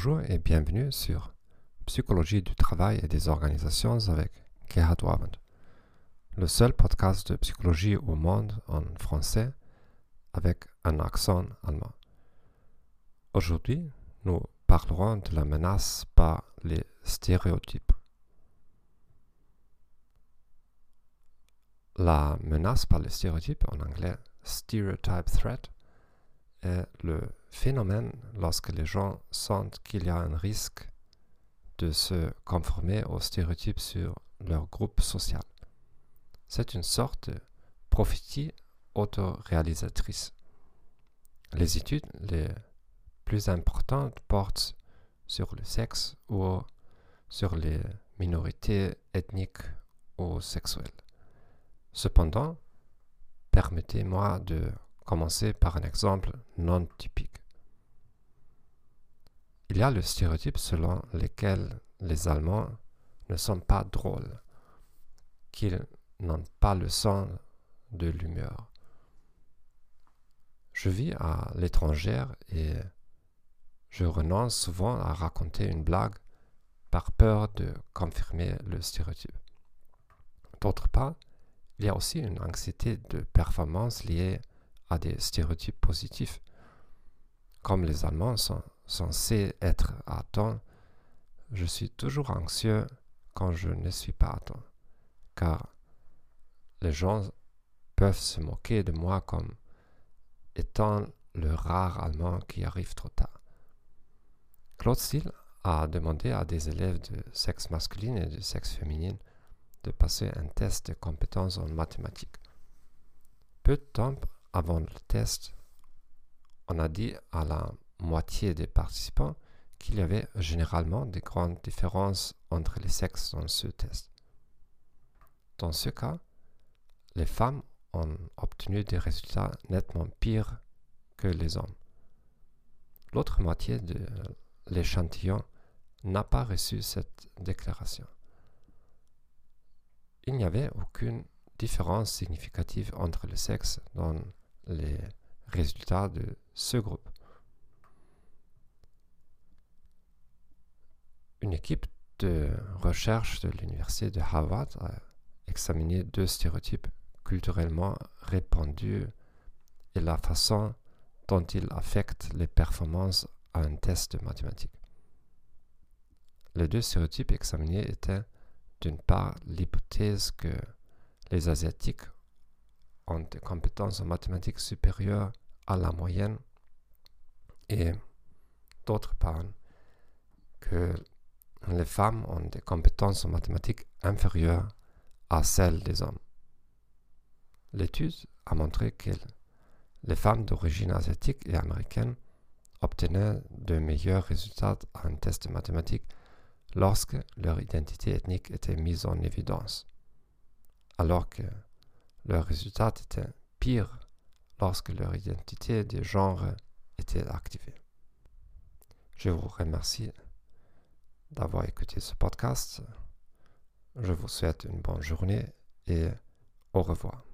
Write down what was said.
Bonjour et bienvenue sur Psychologie du travail et des organisations avec Gerhard Waband, le seul podcast de psychologie au monde en français avec un accent allemand. Aujourd'hui, nous parlerons de la menace par les stéréotypes. La menace par les stéréotypes, en anglais stereotype threat, est le phénomène lorsque les gens sentent qu'il y a un risque de se conformer aux stéréotypes sur leur groupe social. C'est une sorte de prophétie autoréalisatrice. Les études les plus importantes portent sur le sexe ou sur les minorités ethniques ou sexuelles. Cependant, permettez-moi de commencer par un exemple non typique. Il y a le stéréotype selon lequel les Allemands ne sont pas drôles, qu'ils n'ont pas le sens de l'humeur. Je vis à l'étranger et je renonce souvent à raconter une blague par peur de confirmer le stéréotype. D'autre part, il y a aussi une anxiété de performance liée à des stéréotypes positifs. Comme les Allemands sont censés être à temps, je suis toujours anxieux quand je ne suis pas à temps, car les gens peuvent se moquer de moi comme étant le rare Allemand qui arrive trop tard. Claude Steele a demandé à des élèves de sexe masculin et de sexe féminin de passer un test de compétences en mathématiques. Peu de temps avant le test, on a dit à la moitié des participants qu'il y avait généralement de grandes différences entre les sexes dans ce test. Dans ce cas, les femmes ont obtenu des résultats nettement pires que les hommes. L'autre moitié de l'échantillon n'a pas reçu cette déclaration. Il n'y avait aucune différence significative entre les sexes dans les résultats de ce groupe. Une équipe de recherche de l'université de Harvard a examiné deux stéréotypes culturellement répandus et la façon dont ils affectent les performances à un test de mathématiques. Les deux stéréotypes examinés étaient d'une part l'hypothèse que les Asiatiques ont des compétences en mathématiques supérieures à la moyenne et d'autre part que les femmes ont des compétences en mathématiques inférieures à celles des hommes. L'étude a montré que les femmes d'origine asiatique et américaine obtenaient de meilleurs résultats à un test de mathématiques lorsque leur identité ethnique était mise en évidence, alors que leurs résultats étaient pires lorsque leur identité de genre était activée. Je vous remercie d'avoir écouté ce podcast. Je vous souhaite une bonne journée et au revoir.